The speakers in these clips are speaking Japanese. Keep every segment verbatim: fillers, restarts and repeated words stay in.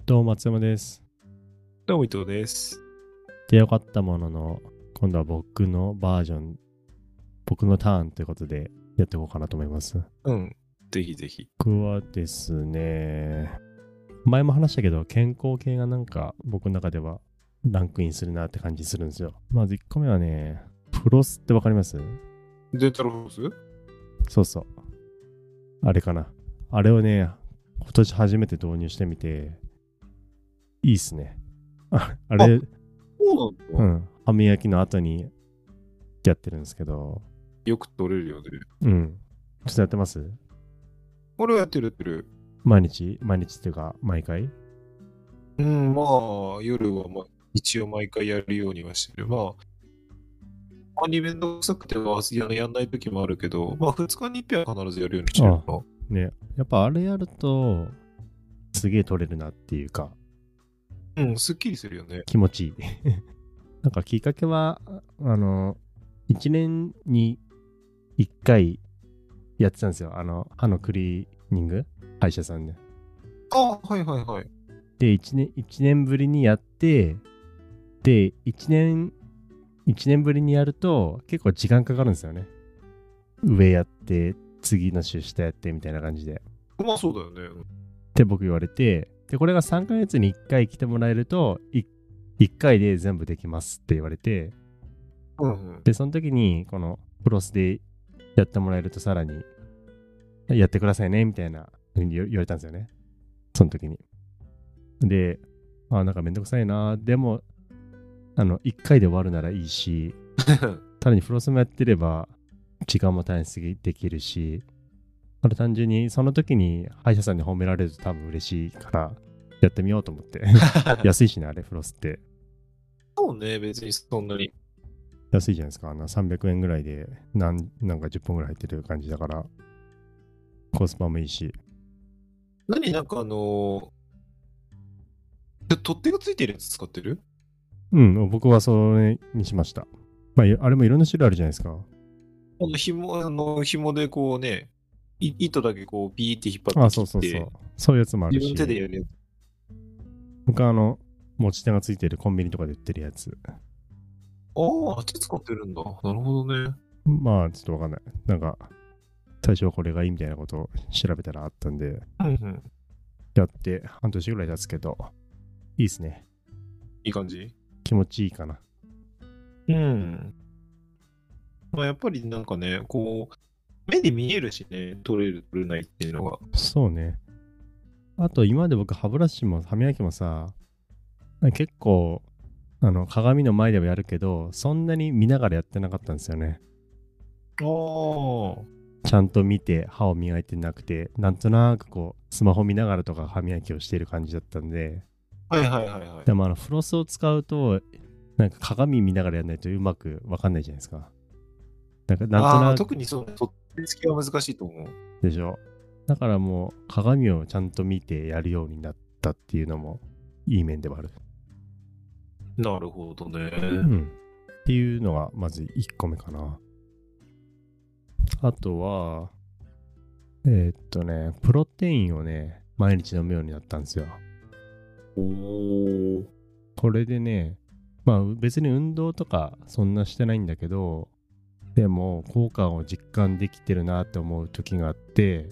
どうも松山です。 どうも伊藤です。 でよかったものの、今度は僕のバージョン、僕のターンということでやっていこうかなと思います。 うん。ぜひぜひ。 僕はですね、前も話したけど、健康系がなんか僕の中ではランクインするなって感じするんですよ。まずいっこめはね、フロスってわかります？ デンタルフロス？ そうそう。あれかな。あれをね、今年初めて導入してみて、いいっすね。ああれ、 そうなんだ。 うん。歯磨きの後にやってるんですけど、 よく取れるよね。 うん。ちょっとやってます？ 俺はやってるやってる。 毎日毎日っていうか、毎回？ うん、まあ、夜は、まあ、一応毎回やるようにはしてる。まあ、他にめんどくさくてはややんない時もあるけど、まあ、二日に一遍は必ずやるようにしてるあな。 ね。やっぱあれやると、すげえ取れるなっていうか、 うん、すっきりするよね。 気持ちいい。なんかきっかけは、あの、いちねんにいっかいやってたんですよ。あの、歯のクリーニング歯医者さんで。 ああ、はいはいはい。 で、いちねん、一年ぶりにやって、で、いちねん、いちねんぶりにやると結構時間かかるんですよね。上やって、次の週下やってみたいな感じで。 まあ、そうだよね。 って僕言われて、で、これがさんかげつにいっかい来てもらえると、いいっかいで全部できますって言われて、 うんうん。 で、その時に、このプロスでやってもらえるとさらに、やってくださいね、みたいな風に言われたんですよね。その時に。で、あ、なんかめんどくさいな。でも、あの、いっかいで終わるならいいし、ただにフロスもやってれば、時間も短縮できるし、あと単純にその時に歯医者さんに褒められると多分嬉しいからやってみようと思って安いしね、あれフロスってそうね、別にそんなに。 安いじゃないですか。あのさんびゃくえんぐらいで何なんかじゅっぽんぐらい入ってる感じだからコスパもいいし。 何なんかあのー、取っ手がついてるやつ使ってる？ うん、僕はそれにしました。まあ、あれもいろんな種類あるじゃないですか。 あの、紐、あの、紐でこうね、い糸だけこう、ピーって引っ張っあ、 てそうそうそう。 切って、 そういうやつもある自分の手でし、 やるやつ。 僕はあの、持ち手がついてるコンビニとかで売ってるやつ。 ああ、手使ってるんだ。なるほどね。 まあ、ちょっとわかんない。なんか、最初はこれがいいみたいなことを調べたらあったんで、 うんうん。 やって半年ぐらい経つけど、いいですね。 いい感じ？ 気持ちいいかな。 うん。まあ、やっぱりなんかね、こう、目で見えるしね、取れる、取れないっていうのが。 そうね。あと、今まで僕、歯ブラシも歯磨きもさ、結構、あの、鏡の前ではやるけど、そんなに見ながらやってなかったんですよね。 ああ、はちゃんと見て歯を磨いてなくて、なんとなくこう、スマホ見ながらとか歯磨きをしている感じだったんで、 いはいはいはい。 でもあの、フロスを使うと、なんか鏡見ながらやらないとうまくわかんないじゃないですか。なんか、なんとああ、 なく特にそうね、取っ手付きは難しいと思う。 でしょ。だからもう、鏡をちゃんと見てやるようになったっていうのも、いい面ではある。 なるほどね。 うん。っていうのが、まずいっこめかな。あとは、えーっとね、プロテインをね、毎日飲むようになったんですよ。 おお。 これでね、まあ別に運動とかそんなしてないんだけど、でも効果を実感できてるなって思う時があって、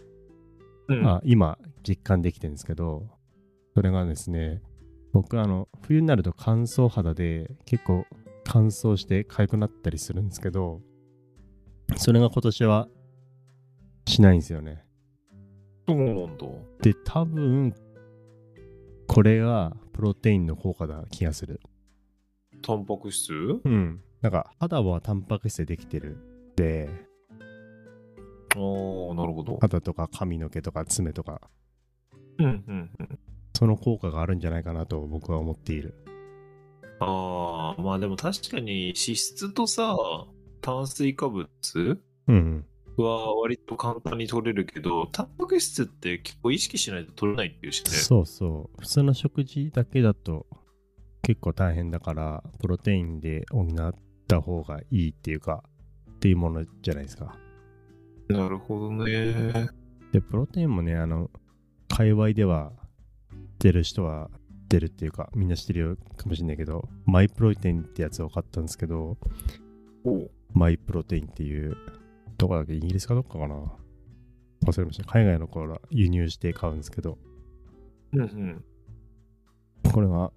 うん。 あ、今実感できてるんですけど、それがですね、僕あの、冬になると乾燥肌で結構乾燥して痒くなったりするんですけど、それが今年はしないんですよね。 そうなんだ。 で、多分、これがプロテインの効果だ気がする。 タンパク質？ うん。なんか肌はタンパク質でできてる。で、 ああ、なるほど。 肌とか髪の毛とか爪とか、 うんうんうん。 その効果があるんじゃないかなと僕は思っている。 ああ、まあでも確かに脂質とさ、炭水化物うん、 は割と簡単に取れるけど、タンパク質って結構意識しないと取れないっていうしね。 そうそう。普通の食事だけだと結構大変だから、プロテインで補った方がいいっていうか、っていうものじゃないですか。 なるほどね。 で、プロテインもね、あの、界隈では出る人はってるっていうか、みんな知ってるかもしれないけど、マイプロテインってやつを買ったんですけど、 おマイプロテインっていう、どこだっけ、イギリスかどっかかな、忘れました。海外の頃輸入して買うんですけど、 うんうん。 これが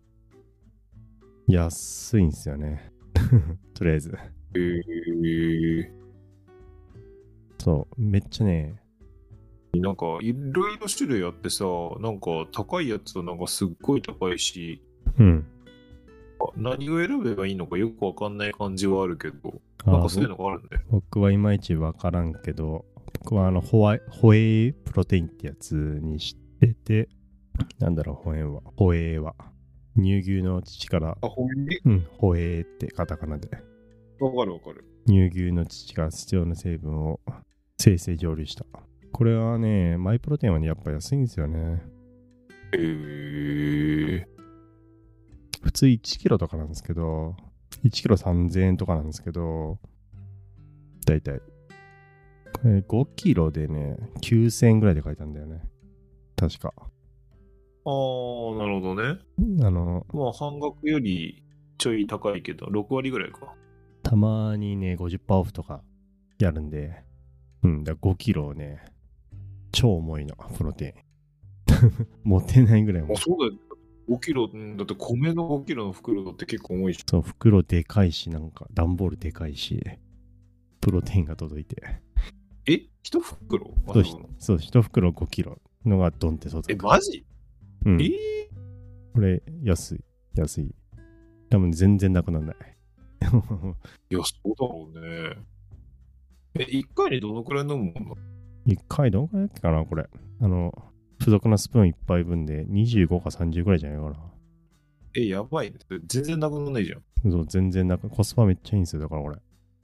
安いんですよね。とりあえず。 えー、 そう、めっちゃね、 なんかいろいろ種類あってさ、なんか高いやつはなんかすっごい高いし、 うん。 何を選べばいいのかよくわかんない感じはあるけど、 あなんかそういうのがあるんだよ。 僕はいまいちわからんけど、僕はあのホワイホエイプロテインってやつにしてて、なんだろう、ホエイは。ホエイは。乳牛の乳から、 あ、ほんにうん、ホエイってカタカナで。 わかるわかる。 乳牛の乳から必要な成分を生成蒸留した。これはね、マイプロテインはね、やっぱ安いんですよね。 えー、 普通いちキロとかなんですけど、いちキロさんぜんえんとかなんですけど、だいたい。これごキロでね、きゅうせんえんぐらいで書いたんだよね。確か。 あー、なるほどね。 あの、 まあ半額よりちょい高いけど、ろく割ぐらいか。 たまにね、ごじゅっパーセントオフとかやるんで、うん、だごキロね、超重いの、プロテイン。持てないぐらい重い。 あ、そうだよ。ごキロ、うんだって米のごキロの袋だって結構重いし。 そう、袋でかいし、なんか、段ボールでかいし、プロテインが届いて。 え一袋あそう、 そうなのそう、一袋ごキロのがドンって届え、 く。 マジうんえ。ー、 これ、安い。安い。多分全然なくならない。 いや、そうだろうね。え、一回にどのくらい飲むもんなの一回どんくらいだっけかな、これ。あの、付属のスプーン一杯分でにじゅうごかさんじゅうぐらいじゃないかな。 え、やばいね。全然なくならないじゃん。 そう、全然なく、コスパめっちゃいいんですよ、だからこれ。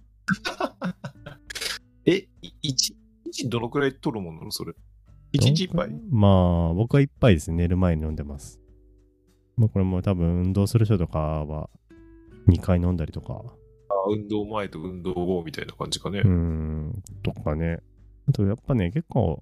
え、い一日どのくらい取るもんなのそれ。一日一杯まあ、僕は一杯ですね。寝る前に飲んでます。まあ、これも多分運動する人とかはにかい飲んだりとか。 あ、運動前と運動後みたいな感じかね。 うーん、とかね。あとやっぱね、結構、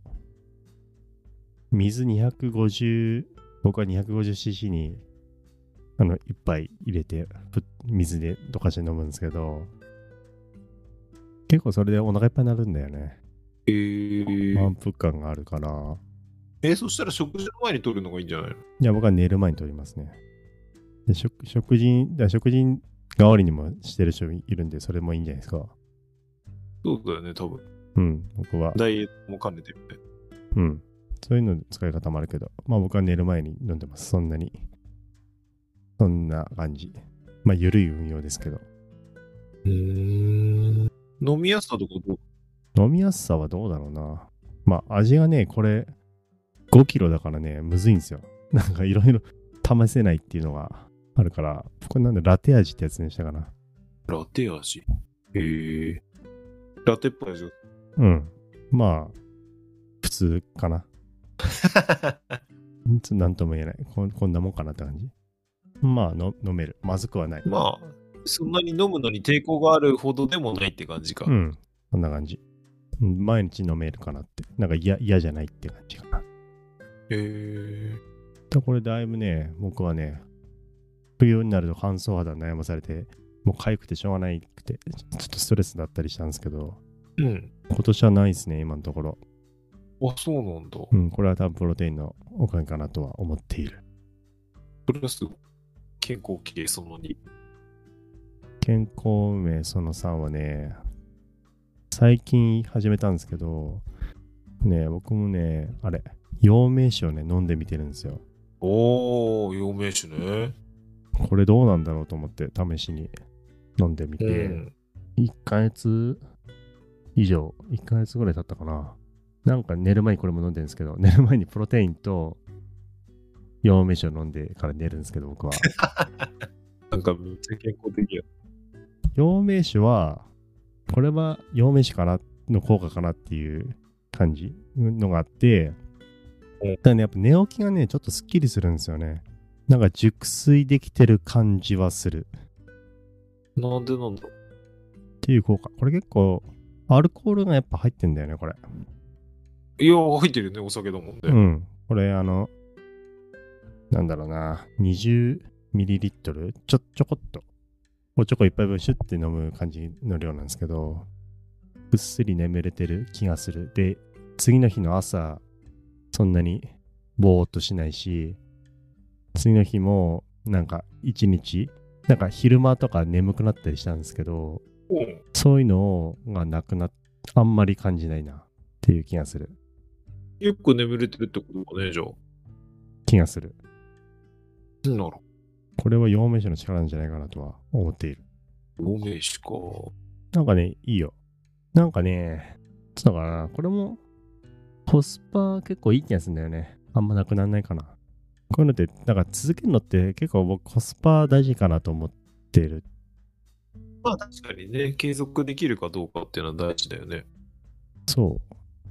水にひゃくごじゅう、僕は にひゃくごじゅうシーシー に、あの、一杯入れて、水で溶かして飲むんですけど、結構それでお腹いっぱいになるんだよね。 えー、 満腹感があるから。 え、そしたら食事の前に取るのがいいんじゃないのいや、僕は寝る前に取りますね。で食食事、だ食事代わりにもしてる人いるんで、それもいいんじゃないですか。 そうだよね、多分。 うん、僕は。 ダイエットも兼ねてるね。 うん。そういうの使い方もあるけど、まあ僕は寝る前に飲んでます。そんなに。そんな感じ。まあ、ゆるい運用ですけど。 うーん。飲みやすさとかどう飲みやすさはどうだろうな。まあ、味がね、これ、ごキロだからね、むずいんですよ。なんかいろいろ試せないっていうのがあるから、これなんでラテ味ってやつにしたかな。 ラテ味へえ。ラテっぽい味。 うん。まあ、普通かな。なんとも言えないこ。こんなもんかなって感じ。まあの、飲める。まずくはない。 まあ、そんなに飲むのに抵抗があるほどでもないって感じか。 うん。こんな感じ。毎日飲めるかなって。なんか嫌嫌じゃないって感じかな。 へえ。 でこれだいぶね、僕はね、冬になると乾燥肌に悩まされて、もう痒くてしょうがないくて、ちょっとストレスだったりしたんですけど、 うん。 今年はないですね、今のところ。 あ、そうなんだ。 うん、これは多分プロテインのおかげかなとは思っている。 それがすごい。健康系そのに。 健康名そのさんはね、最近始めたんですけど、ね、僕もね、あれ、陽明酒をね、飲んでみてるんですよ。 おー、陽明酒ね。 これどうなんだろうと思って試しに飲んでみて、 うん、 いっかげつ以上、いっかげつぐらい経ったかな。なんか寝る前にこれも飲んでるんですけど、寝る前にプロテインと陽明酒を飲んでから寝るんですけど、僕は。 なんかめっちゃ健康的や。 陽明酒は、これは陽明酒かなの効果かなっていう感じのがあって、 うんただね、やっぱ寝起きがね、ちょっとスッキリするんですよね。なんか熟睡できてる感じはする。 なんでなんだろう。 っていう効果。これ結構、アルコールがやっぱ入ってんだよね、これ。 いや、入ってるよね、お酒だもんね。 うん。これ、あの、 なんだろうな、にじゅうミリリットル ちょ、ちょこっと、おちょこ一杯分シュッて飲む感じの量なんですけど、ぐっすり眠れてる気がする。で、次の日の朝、そんなにぼーっとしないし、次の日もなんか一日、なんか昼間とか眠くなったりしたんですけど、 うん。 そういうのがなくなっ、あんまり感じないなっていう気がする。 よく眠れてるってことかね、じゃあ。 気がする。 なるほこれは陽明酒の力なんじゃないかなとは思っている。 ど。陽明酒か。 なんかね、いいよ。なんかね、そうかな、これもコスパ結構いい気がするんだよね。あんまなくならないかな。こういうのって、なんか続けるのって結構僕コスパ大事かなと思ってる。 まあ確かにね、継続できるかどうかっていうのは大事だよね。 そう。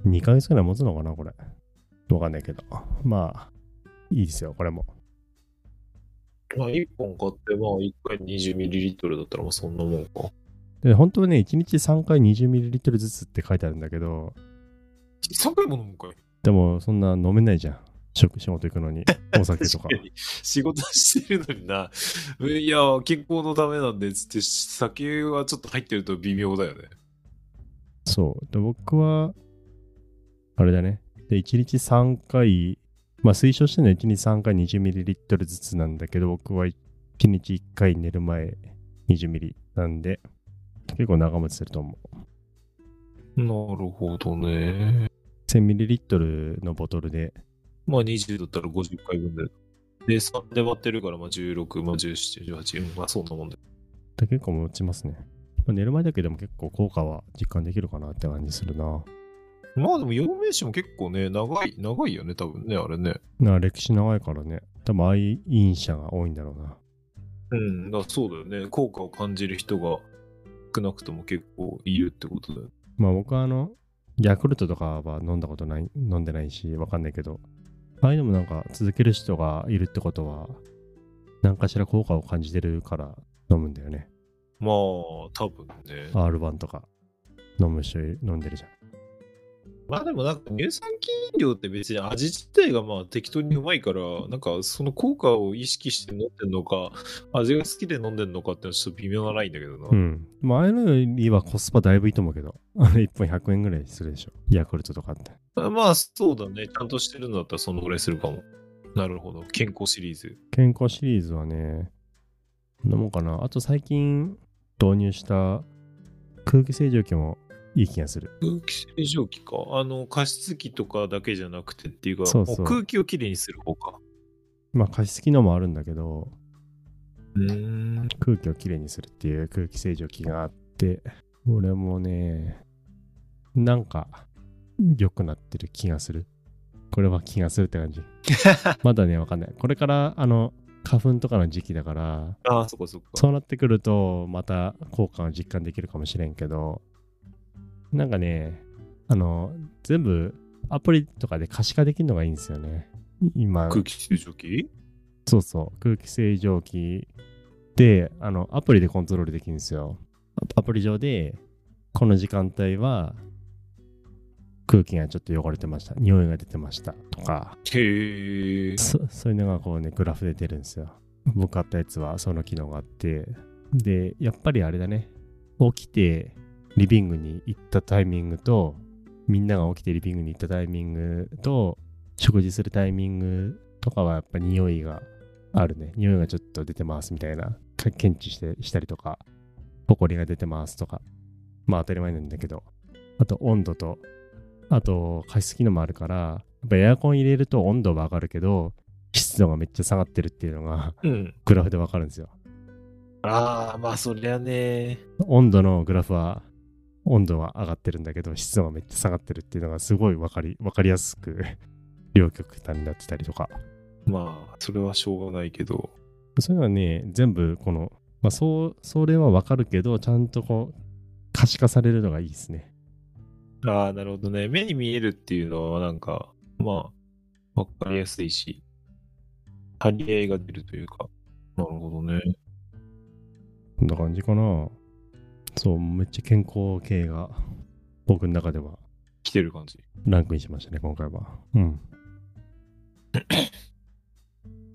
にかげつくらい持つのかな、これ。わかんないけど。まあ、いいですよ、これも。 まあいっぽん買って、まあいっかい にじゅうミリリットル だったらまあそんなもんか。 で、本当はね、いちにちさんかい にじゅうミリリットル ずつって書いてあるんだけど、 さんかいも飲むかい。 でもそんな飲めないじゃん。食仕事行くのに、お酒とか。 確かに仕事してるのにな。いや、健康のためなんでつって、酒はちょっと入ってると微妙だよね。 そう。で、僕は、あれだね。で、いちにちさんかい、まあ推奨してるのはいちにちさんかい にじゅうミリリットル ずつなんだけど、僕はいちにちいっかい寝る前 にじゅうミリ なんで、結構長持ちすると思う。 なるほどね。 せんミリリットル のボトルで、 まあにじゅうだったらごじゅっかいぶんで。で、さんで割ってるから、まあじゅうろく、まあじゅうなな、じゅうはち、うん、まあそんなもんで。 で結構持ちますね。まあ、寝る前だけでも結構効果は実感できるかなって感じするな。 まあでも陽明酒も結構ね、長い、長いよね、多分ね、あれね。 な歴史長いからね。多分愛飲者が多いんだろうな。 うん、だそうだよね。効果を感じる人が少なくとも結構いるってことだよ。 まあ僕はあの、ヤクルトとかは飲んだことない、飲んでないし、わかんないけど、ああいうのもなんか続ける人がいるってことは、何かしら効果を感じてるから飲むんだよね。 まあ、多分ね。 アールワン とか飲む人飲んでるじゃん。 まあでもなんか乳酸菌飲料って別に味自体がまあ適当にうまいから、なんかその効果を意識して飲んでんのか、味が好きで飲んでんのかってのはちょっと微妙なラインだけどな。 うん。まあああいうのよりはコスパだいぶいいと思うけど、あれいっぽんひゃくえんぐらいするでしょ。ヤクルトとかって。 まあそうだね。ちゃんとしてるんだったらそのぐらいするかも。なるほど。健康シリーズ。 健康シリーズはね、飲もうかな。あと最近導入した空気清浄機もいい気がする。 空気清浄機か。あの、加湿器とかだけじゃなくてっていうか、 そうそうもう空気をきれいにする方か。 まあ加湿機能もあるんだけど、 うーん。 空気をきれいにするっていう空気清浄機があって、俺もね、なんか良くなってる気がする。これは気がするって感じ。まだね、わかんない。これからあの花粉とかの時期だから、 ああ、そこそこ。 そうなってくると、また効果が実感できるかもしれんけど、なんかね、あの、全部アプリとかで可視化できるのがいいんですよね。今、 空気清浄機そうそう、空気清浄機で、あの、アプリでコントロールできるんですよ。アプリ上で、この時間帯は空気がちょっと汚れてました。匂いが出てましたとか、 へえ。 そそういうのがこうね、グラフで出るんですよ。僕買ったやつはその機能があって、で、やっぱりあれだね、起きてリビングに行ったタイミングと、みんなが起きてリビングに行ったタイミングと、食事するタイミングとかはやっぱ匂いがあるね。匂いがちょっと出てますみたいな、検知してしたりとか、埃が出てますとか、まあ当たり前なんだけど、あと温度と、あと加湿機能もあるから、やっぱエアコン入れると温度は上がるけど、湿度がめっちゃ下がってるっていうのがうん。 グラフでわかるんですよ。 ああ、まあそりゃね。 温度のグラフは、温度は上がってるんだけど、湿度がめっちゃ下がってるっていうのがすごいわかり、わかりやすく両極端になってたりとか。 まあ、それはしょうがないけど。 そういうのはね、全部この、まあそう、それはわかるけど、ちゃんとこう、可視化されるのがいいですね。 ああ、なるほどね。目に見えるっていうのはなんか、まあ、わかりやすいし、張り合いが出るというか。なるほどね。 こんな感じかな。そう、めっちゃ健康系が僕の中では来てる感じ。 ランクインしましたね、今回は。うん。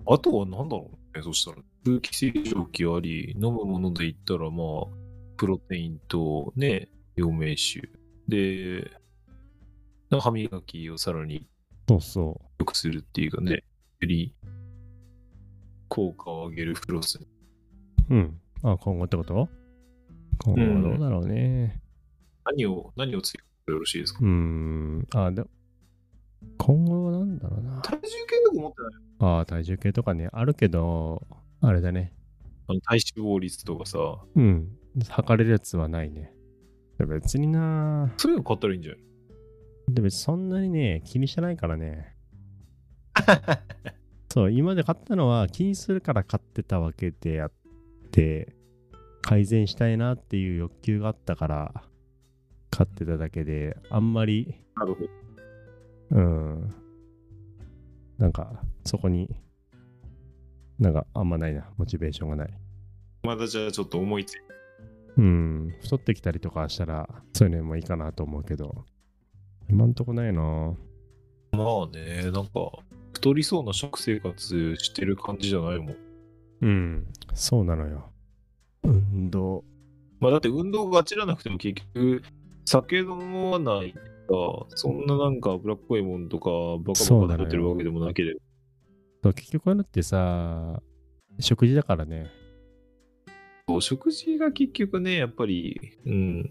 あとは何だろうね、そしたら。空気清浄機あり、飲むもので言ったら、まあ、プロテインとね、陽明酒。で、歯磨きをさらにそうそ良くするっていうかね、より効果を上げるフロス。 う。うん。あ、今後ってこと？今後はどうだろうね。 何を、何を追加してよろしいですか？ うーん。あ、で今後はなんだろうな。 体重計とか持ってない？ ああ、体重計とかね、あるけど、あれだね。 あの体脂肪率とかさ、 うん。測れるやつはないね。で別にな。 そういうの買ったらいいんじゃない？ で別にそんなにね、気にしてないからね。そう、今まで買ったのは気にするから買ってたわけであって、改善したいなっていう欲求があったから買ってただけで、あんまり、 なるほど。 うん、なんかそこに、なんかあんまないな、モチベーションがない。 まだじゃあちょっと思いついて。 うん、太ってきたりとかしたら、そういうのもいいかなと思うけど、今んとこないな。 まあね、なんか、太りそうな食生活してる感じじゃないもん。 うん、そうなのよ。運動。 まあだって運動がちらなくても結局、酒飲まないとか、そんななんか脂っこいもんとか、バカバカ食べてるわけでもなければ。 そう結局あれってさ、食事だからね。 そう食事が結局ね、やっぱり、うん、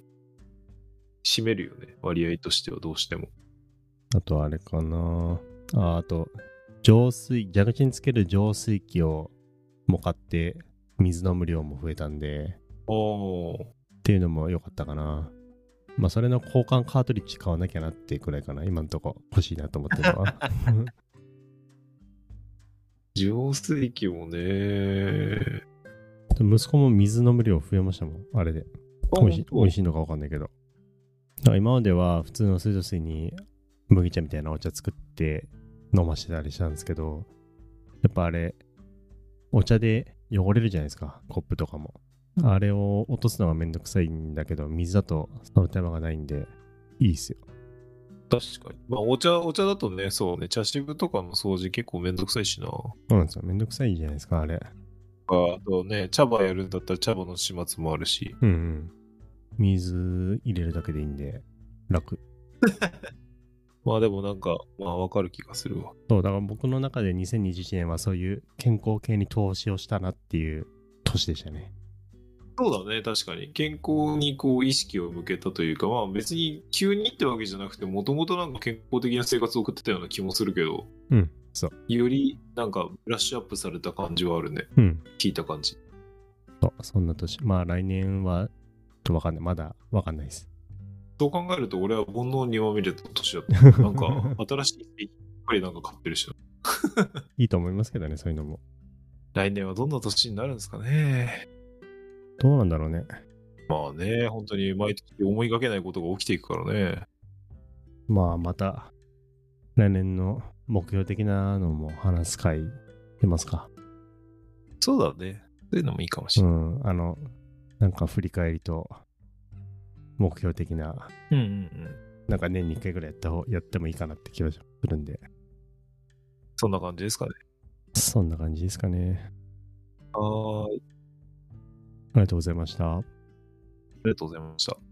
占めるよね。割合としてはどうしても。 あとあれかな。あ、あと、浄水、蛇口につける浄水器をも買って、水飲む量も増えたんで、 ああ。 っていうのも良かったかな。まあ、それの交換カートリッジ買わなきゃなってくらいかな。今んとこ欲しいなと思ってるのは。 浄水器もね。 息子も水飲む量増えましたもん、あれで。美味しい美味しいのか分かんないけど。だから今までは普通の水道水に麦茶みたいなお茶作って飲ましてたりしたんですけど、やっぱあれ、お茶で汚れるじゃないですか、コップとかも。あれを落とすのがめんどくさいんだけど、水だとその手間がないんで、いいっすよ。 確かに。まあ、お茶、お茶だとね、そうね、茶渋とかの掃除結構めんどくさいしな。 そうなんですよ。めんどくさいじゃないですか、あれ。 あとね、茶葉やるんだったら茶葉の始末もあるし。 うんうん。水入れるだけでいいんで、楽。 まあでもなんか、まあわかる気がするわ。 そう、だから僕の中でにせんにじゅういちねんはそういう健康系に投資をしたなっていう年でしたね。 そうだね、確かに。健康にこう意識を向けたというか、まあ別に急にってわけじゃなくて、もともとなんか健康的な生活を送ってたような気もするけど、 うん、そう。 よりなんかブラッシュアップされた感じはあるね。 うん。 聞いた感じ。 そう、そんな年。まあ来年は、とわかんない。まだわかんないです。 そう考えると俺は煩悩にまみれた年だった。なんか新しい、やっぱりなんか買ってるし。 いいと思いますけどね、そういうのも。 来年はどんな年になるんですかね。 どうなんだろうね。 まあね、本当に毎年思いがけないことが起きていくからね。 まあまた、来年の目標的なのも話す回出ますか。 そうだね。そういうのもいいかもしうれない。 ん、あの、なんか振り返りと、目標的な、 うんうんうん。 なんか年にいっかいぐらいやった方やってもいいかなって気がするんで。 そんな感じですかね。 そんな感じですかね。 はーい。 ありがとうございました。 ありがとうございました。